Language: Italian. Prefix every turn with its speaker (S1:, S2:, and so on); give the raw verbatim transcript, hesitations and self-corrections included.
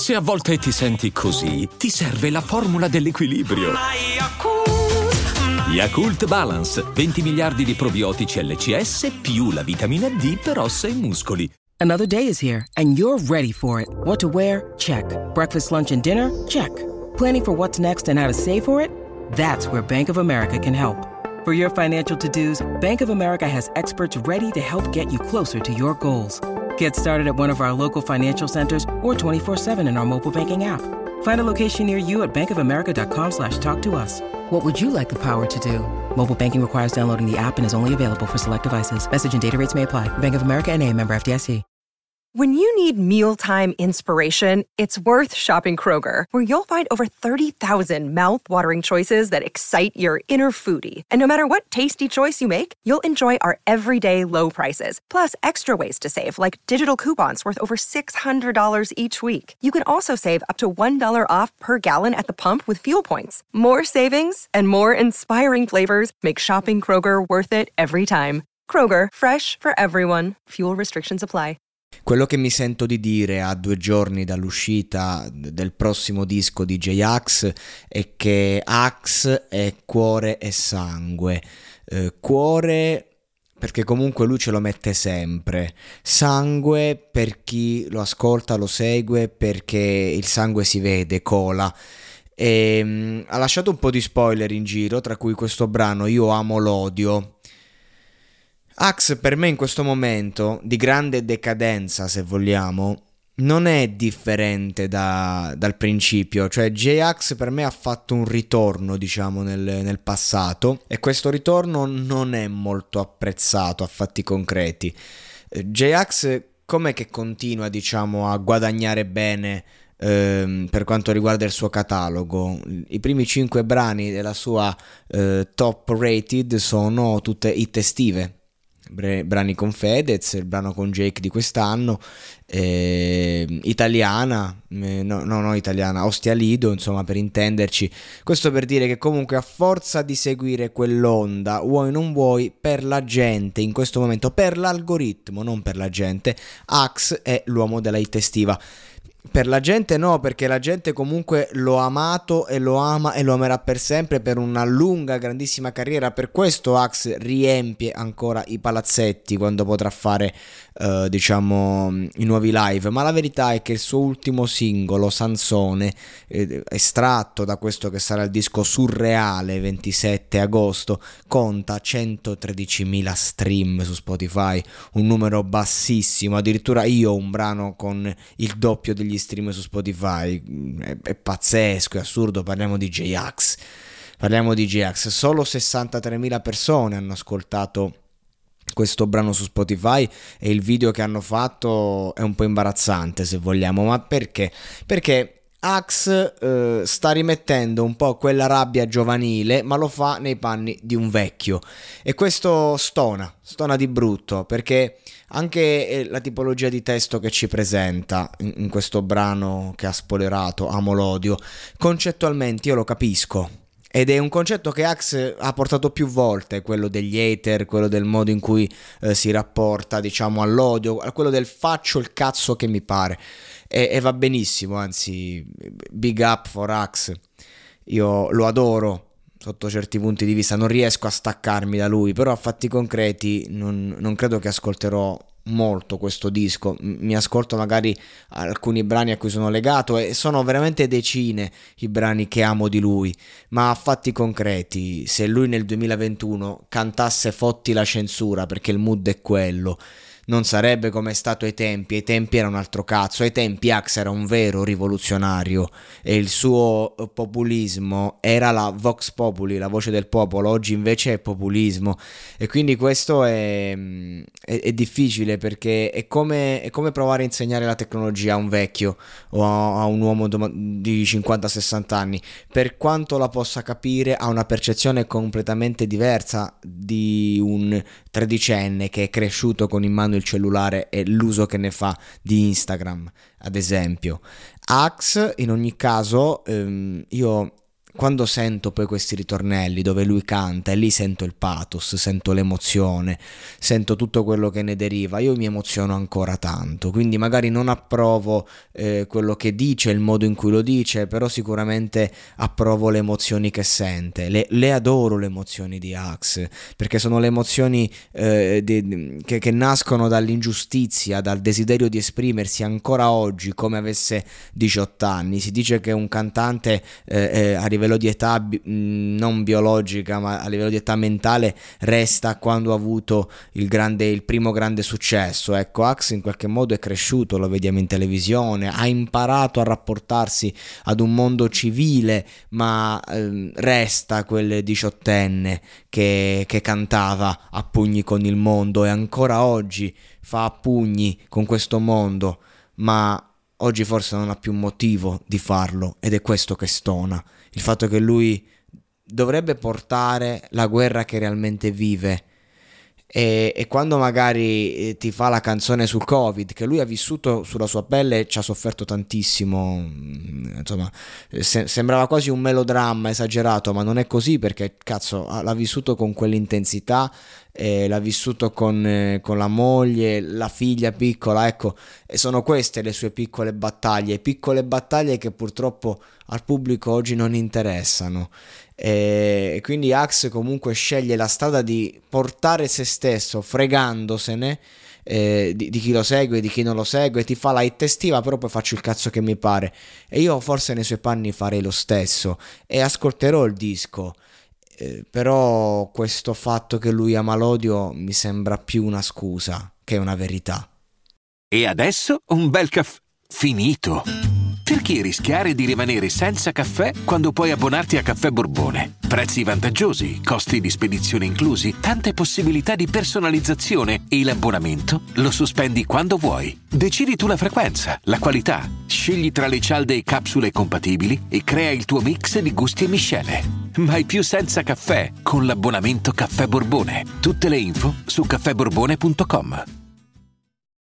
S1: Se a volte ti senti così, ti serve la formula dell'equilibrio. Yakult Balance, venti miliardi di probiotici L C S più la vitamina D per ossa e muscoli.
S2: Another day is here, and you're ready for it. What to wear? Check. Breakfast, lunch, and dinner? Check. Planning for what's next and how to save for it? That's where Bank of America can help. For your financial to-dos, Bank of America has experts ready to help get you closer to your goals. Get started at one of our local financial centers or twenty-four seven in our mobile banking app. Find a location near you at bankofamerica.com slash talk to us. What would you like the power to do? Mobile banking requires downloading the app and is only available for select devices. Message and data rates may apply. Bank of America N A, member F D I C.
S3: When you need mealtime inspiration, it's worth shopping Kroger, where you'll find over thirty thousand mouth-watering choices that excite your inner foodie. And no matter what tasty choice you make, you'll enjoy our everyday low prices, plus extra ways to save, like digital coupons worth over six hundred dollars each week. You can also save up to one dollar off per gallon at the pump with fuel points. More savings and more inspiring flavors make shopping Kroger worth it every time. Kroger, fresh for everyone. Fuel restrictions apply.
S4: Quello che mi sento di dire a due giorni dall'uscita del prossimo disco di J-Ax è che Ax è cuore e sangue. Eh, cuore perché comunque lui ce lo mette sempre. Sangue per chi lo ascolta, lo segue, perché il sangue si vede, cola. E, mh, ha lasciato un po' di spoiler in giro, tra cui questo brano Io amo l'odio. Ax per me in questo momento di grande decadenza, se vogliamo, non è differente da, dal principio. Cioè J-Ax per me ha fatto un ritorno, diciamo, nel, nel passato, e questo ritorno non è molto apprezzato a fatti concreti. J-Ax com'è che continua, diciamo, a guadagnare bene ehm, per quanto riguarda il suo catalogo? I primi cinque brani della sua eh, top rated sono tutte hit estive. Brani con Fedez, il brano con Jake di quest'anno, eh, italiana, eh, no, no, no, italiana, Ostia Lido, insomma, per intenderci. Questo per dire che comunque a forza di seguire quell'onda, vuoi non vuoi, per la gente in questo momento, per l'algoritmo, non per la gente, Ax è l'uomo della hit estiva. Per la gente no, perché la gente comunque lo ha amato e lo ama e lo amerà per sempre, per una lunga, grandissima carriera. Per questo Ax riempie ancora i palazzetti quando potrà fare, eh, diciamo, i nuovi live. Ma la verità è che il suo ultimo singolo, Sansone, eh, estratto da questo che sarà il disco Surreale ventisette agosto, conta centotredicimila stream su Spotify, un numero bassissimo. Addirittura io ho un brano con il doppio degli stream su Spotify. È, è pazzesco, è assurdo. Parliamo di J-Ax, parliamo di J-Ax. Solo sessantatremila persone hanno ascoltato questo brano su Spotify, e il video che hanno fatto è un po' imbarazzante, se vogliamo. Ma perché? Perché Ax eh, sta rimettendo un po' quella rabbia giovanile, ma lo fa nei panni di un vecchio, e questo stona, stona di brutto, perché anche la tipologia di testo che ci presenta in, in questo brano che ha spoilerato, Amo l'odio, concettualmente io lo capisco, ed è un concetto che Ax ha portato più volte, quello degli hater, quello del modo in cui eh, si rapporta, diciamo, all'odio, quello del faccio il cazzo che mi pare, e, e va benissimo, anzi big up for Ax, io lo adoro sotto certi punti di vista, non riesco a staccarmi da lui, però a fatti concreti non, non credo che ascolterò molto questo disco. Mi ascolto magari alcuni brani a cui sono legato, e sono veramente decine i brani che amo di lui, ma a fatti concreti, se lui nel duemilaventuno cantasse Fotti la censura, perché il mood è quello, non sarebbe come è stato ai tempi. Ai tempi era un altro cazzo, ai tempi Ax era un vero rivoluzionario e il suo populismo era la Vox Populi, la voce del popolo. Oggi invece è populismo, e quindi questo è, è, è difficile, perché è come, è come provare a insegnare la tecnologia a un vecchio o a, a un uomo di cinquanta sessanta anni. Per quanto la possa capire, ha una percezione completamente diversa di un tredicenne che è cresciuto con in mano il cellulare e l'uso che ne fa di Instagram, ad esempio. Ax, in ogni caso, ehm, io quando sento poi questi ritornelli dove lui canta, e lì sento il pathos, sento l'emozione, sento tutto quello che ne deriva, io mi emoziono ancora tanto. Quindi magari non approvo eh, quello che dice, il modo in cui lo dice, però sicuramente approvo le emozioni che sente. Le, le adoro le emozioni di Axe, perché sono le emozioni eh, di, che, che nascono dall'ingiustizia, dal desiderio di esprimersi ancora oggi come avesse diciotto anni. Si dice che un cantante eh, eh, a livello di età bi- non biologica, ma a livello di età mentale, resta quando ha avuto il grande, il primo grande successo. Ecco, Axe in qualche modo è cresciuto, lo vediamo in televisione, ha imparato a rapportarsi ad un mondo civile, ma eh, resta quel diciottenne che, che cantava a pugni con il mondo, e ancora oggi fa a pugni con questo mondo, ma oggi forse non ha più motivo di farlo, ed è questo che stona, il fatto che lui dovrebbe portare la guerra che realmente vive. E, e quando magari ti fa la canzone sul Covid, che lui ha vissuto sulla sua pelle e ci ha sofferto tantissimo, insomma se, sembrava quasi un melodramma esagerato, ma non è così, perché cazzo l'ha vissuto con quell'intensità, eh, l'ha vissuto con, eh, con la moglie, la figlia piccola, ecco, e sono queste le sue piccole battaglie, piccole battaglie che purtroppo al pubblico oggi non interessano. E quindi Axe comunque sceglie la strada di portare se stesso, fregandosene eh, di, di chi lo segue, di chi non lo segue. Ti fa la hit estiva, però poi faccio il cazzo che mi pare, e io forse nei suoi panni farei lo stesso e ascolterò il disco, eh, però questo fatto che lui ama l'odio mi sembra più una scusa che una verità.
S5: E adesso un bel caffè finito. Perché rischiare di rimanere senza caffè quando puoi abbonarti a Caffè Borbone? Prezzi vantaggiosi, costi di spedizione inclusi, tante possibilità di personalizzazione, e l'abbonamento lo sospendi quando vuoi. Decidi tu la frequenza, la qualità, scegli tra le cialde e capsule compatibili e crea il tuo mix di gusti e miscele. Mai più senza caffè con l'abbonamento Caffè Borbone. Tutte le info su caffè borbone punto com.